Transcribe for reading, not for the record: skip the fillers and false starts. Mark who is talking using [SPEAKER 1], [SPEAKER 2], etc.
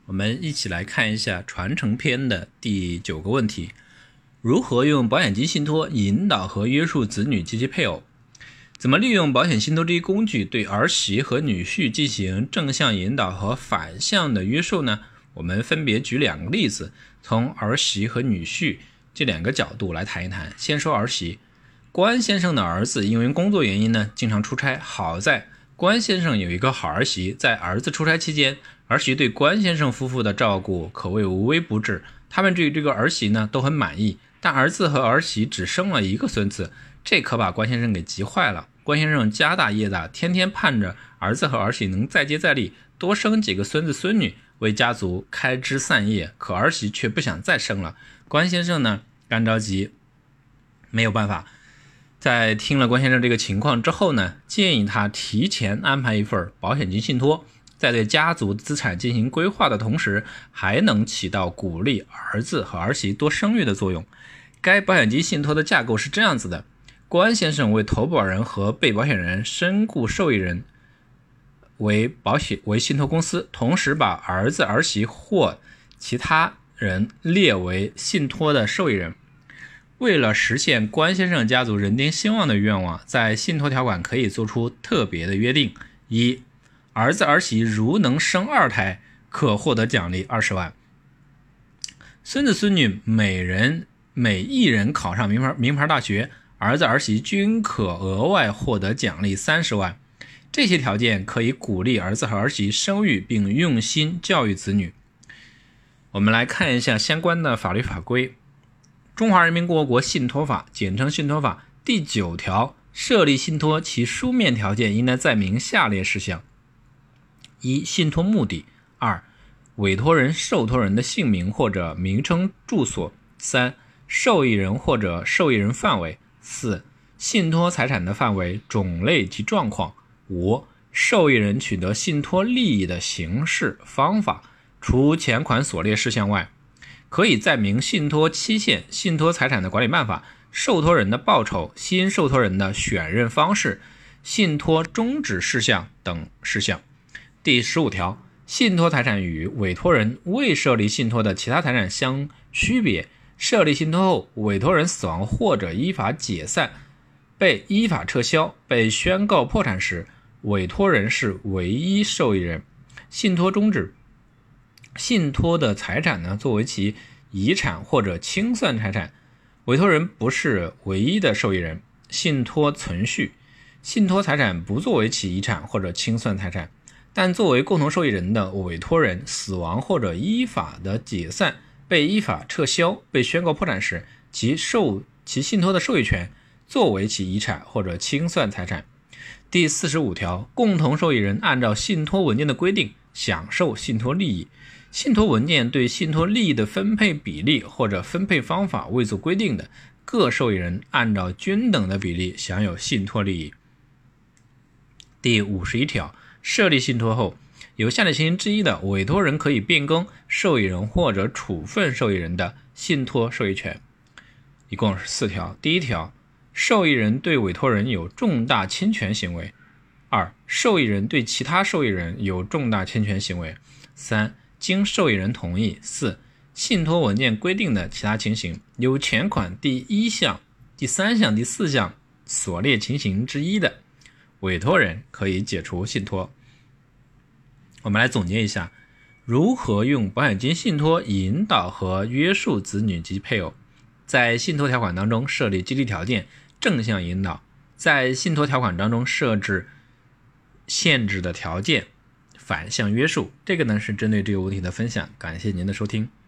[SPEAKER 1] 我们一起来看一下传承篇的第9个问题：如何用保险金信托引导和约束子女及其配偶？怎么利用保险信托这一工具对儿媳和女婿进行正向引导和反向的约束呢？我们分别举2个例子，从儿媳和女婿这2个角度来谈一谈。先说儿媳，关先生的儿子因为工作原因呢，经常出差。好在关先生有一个好儿媳，在儿子出差期间，儿媳对关先生夫妇的照顾可谓无微不至，他们对这个儿媳呢都很满意。但儿子和儿媳只生了1个孙子，这可把关先生给急坏了。关先生家大业大，天天盼着儿子和儿媳能再接再厉，多生几个孙子孙女，为家族开枝散叶。可儿媳却不想再生了，关先生呢干着急，没有办法。在听了关先生这个情况之后呢，建议他提前安排一份保险金信托，在对家族资产进行规划的同时，还能起到鼓励儿子和儿媳多生育的作用。该保险金信托的架构是这样子的：关先生为投保人和被保险人身故受益人为信托公司，同时把儿子儿媳或其他人列为信托的受益人。为了实现关先生家族人丁兴旺的愿望，在信托条款可以做出特别的约定：一、儿子儿媳如能生2胎，可获得奖励20万；孙子孙女每一人考上名牌大学，儿子儿媳均可额外获得奖励30万。这些条件可以鼓励儿子和儿媳生育并用心教育子女。我们来看一下相关的法律法规。中华人民共和国信托法，简称信托法，第9条，设立信托其书面条件应当载明下列事项：一、信托目的；二、委托人受托人的姓名或者名称住所；三、受益人或者受益人范围；四、信托财产的范围、种类及状况；五、受益人取得信托利益的形式、方法，除前款所列事项外，可以载明信托期限、信托财产的管理办法、受托人的报酬、新受托人的选任方式、信托终止事项等事项。第15条，信托财产与委托人未设立信托的其他财产相区别。设立信托后，委托人死亡或者依法解散、被依法撤销、被宣告破产时，委托人是唯一受益人。信托终止，信托的财产呢，作为其遗产或者清算财产，委托人不是唯一的受益人。信托存续，信托财产不作为其遗产或者清算财产，但作为共同受益人的委托人死亡或者依法的解散、被依法撤销、被宣告破产时，其信托的受益权作为其遗产或者清算财产。第45条，共同受益人按照信托文件的规定享受信托利益。信托文件对信托利益的分配比例或者分配方法未做规定的，各受益人按照均等的比例享有信托利益。第51条，设立信托后，有下列情形之一的，委托人可以变更受益人或者处分受益人的信托受益权。一共是4条。第1条，受益人对委托人有重大侵权行为；二、受益人对其他受益人有重大侵权行为；三、经受益人同意；四、信托文件规定的其他情形，有前款第1项、第3项、第4项所列情形之一的，委托人可以解除信托。我们来总结一下，如何用保险金信托引导和约束子女及配偶。在信托条款当中设立激励条件，正向引导；在信托条款当中设置限制的条件，反向约束。这个呢是针对这个问题的分享，感谢您的收听。